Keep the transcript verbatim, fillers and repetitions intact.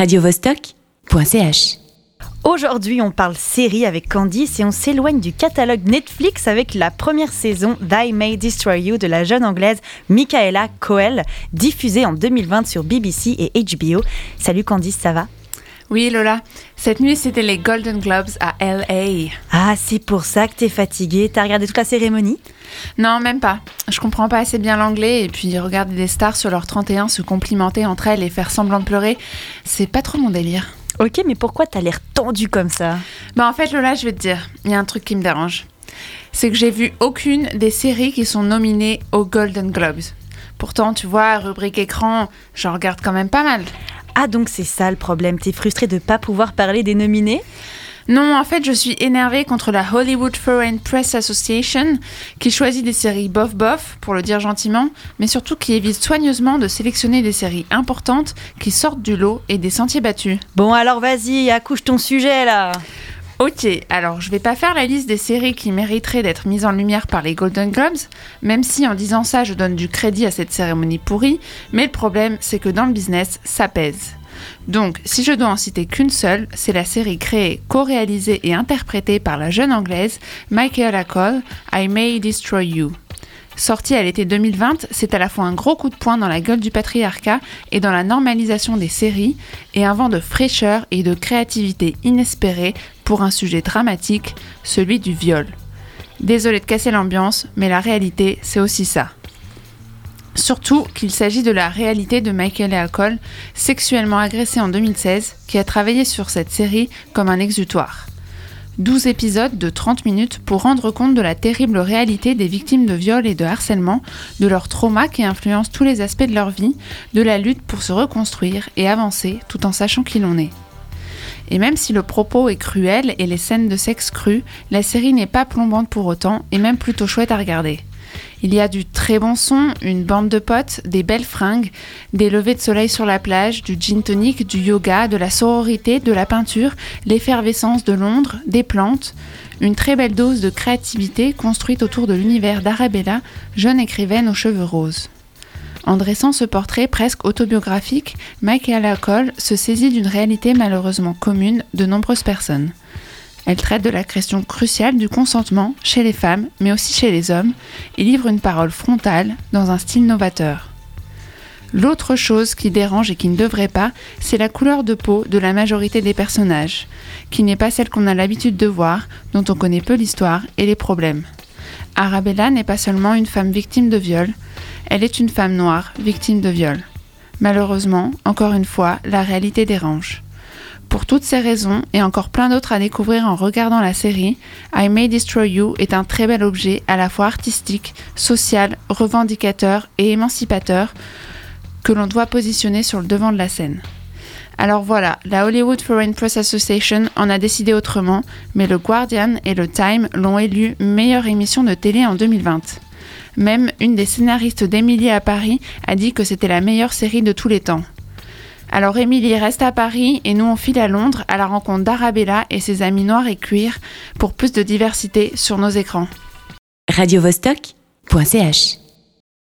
radio vostok point c h. Aujourd'hui, on parle série avec Candice et on s'éloigne du catalogue Netflix avec la première saison d'I May Destroy You de la jeune anglaise Michaela Coel, diffusée en deux mille vingt sur B B C et H B O. Salut Candice, ça va ? Oui Lola, cette nuit c'était les Golden Globes à L A. Ah, c'est pour ça que t'es fatiguée. T'as regardé toute la cérémonie ? Non, même pas. Je comprends pas assez bien l'anglais et puis regarder des stars sur leur trente et un se complimenter entre elles et faire semblant de pleurer, c'est pas trop mon délire. Ok, mais pourquoi t'as l'air tendue comme ça ? Bah en fait Lola, je vais te dire, il y a un truc qui me dérange. C'est que j'ai vu aucune des séries qui sont nominées aux Golden Globes. Pourtant, tu vois, rubrique écran, j'en regarde quand même pas mal. Ah, donc c'est ça le problème, t'es frustrée de pas pouvoir parler des nominés ? Non, en fait, je suis énervée contre la Hollywood Foreign Press Association qui choisit des séries bof-bof, pour le dire gentiment, mais surtout qui évite soigneusement de sélectionner des séries importantes qui sortent du lot et des sentiers battus. Bon, alors vas-y, accouche ton sujet là. Ok, alors je vais pas faire la liste des séries qui mériteraient d'être mises en lumière par les Golden Globes, même si en disant ça je donne du crédit à cette cérémonie pourrie, mais le problème c'est que dans le business, ça pèse. Donc, si je dois en citer qu'une seule, c'est la série créée, co-réalisée et interprétée par la jeune anglaise Michaela Coel, I May Destroy You. Sortie à l'été deux mille vingt, c'est à la fois un gros coup de poing dans la gueule du patriarcat et dans la normalisation des séries, et un vent de fraîcheur et de créativité inespérée pour un sujet dramatique, celui du viol. Désolée de casser l'ambiance, mais la réalité, c'est aussi ça. Surtout qu'il s'agit de la réalité de Michaela Coel, sexuellement agressée en deux mille seize, qui a travaillé sur cette série comme un exutoire. douze épisodes de trente minutes pour rendre compte de la terrible réalité des victimes de viol et de harcèlement, de leurs traumas qui influencent tous les aspects de leur vie, de la lutte pour se reconstruire et avancer tout en sachant qui l'on est. Et même si le propos est cruel et les scènes de sexe crues, la série n'est pas plombante pour autant et même plutôt chouette à regarder. Il y a du très bon son, une bande de potes, des belles fringues, des levées de soleil sur la plage, du gin tonic, du yoga, de la sororité, de la peinture, l'effervescence de Londres, des plantes, une très belle dose de créativité construite autour de l'univers d'Arabella, jeune écrivaine aux cheveux roses. En dressant ce portrait presque autobiographique, Michaela Coel se saisit d'une réalité malheureusement commune de nombreuses personnes. Elle traite de la question cruciale du consentement chez les femmes, mais aussi chez les hommes, et livre une parole frontale dans un style novateur. L'autre chose qui dérange et qui ne devrait pas, c'est la couleur de peau de la majorité des personnages, qui n'est pas celle qu'on a l'habitude de voir, dont on connaît peu l'histoire et les problèmes. Arabella n'est pas seulement une femme victime de viol, elle est une femme noire victime de viol. Malheureusement, encore une fois, la réalité dérange. Pour toutes ces raisons, et encore plein d'autres à découvrir en regardant la série, I May Destroy You est un très bel objet à la fois artistique, social, revendicateur et émancipateur que l'on doit positionner sur le devant de la scène. Alors voilà, la Hollywood Foreign Press Association en a décidé autrement, mais le Guardian et le Time l'ont élue meilleure émission de télé en deux mille vingt. Même une des scénaristes d'Emily à Paris a dit que c'était la meilleure série de tous les temps. Alors Emily reste à Paris et nous on file à Londres à la rencontre d'Arabella et ses amis noirs et cuir pour plus de diversité sur nos écrans. radio vostok point c h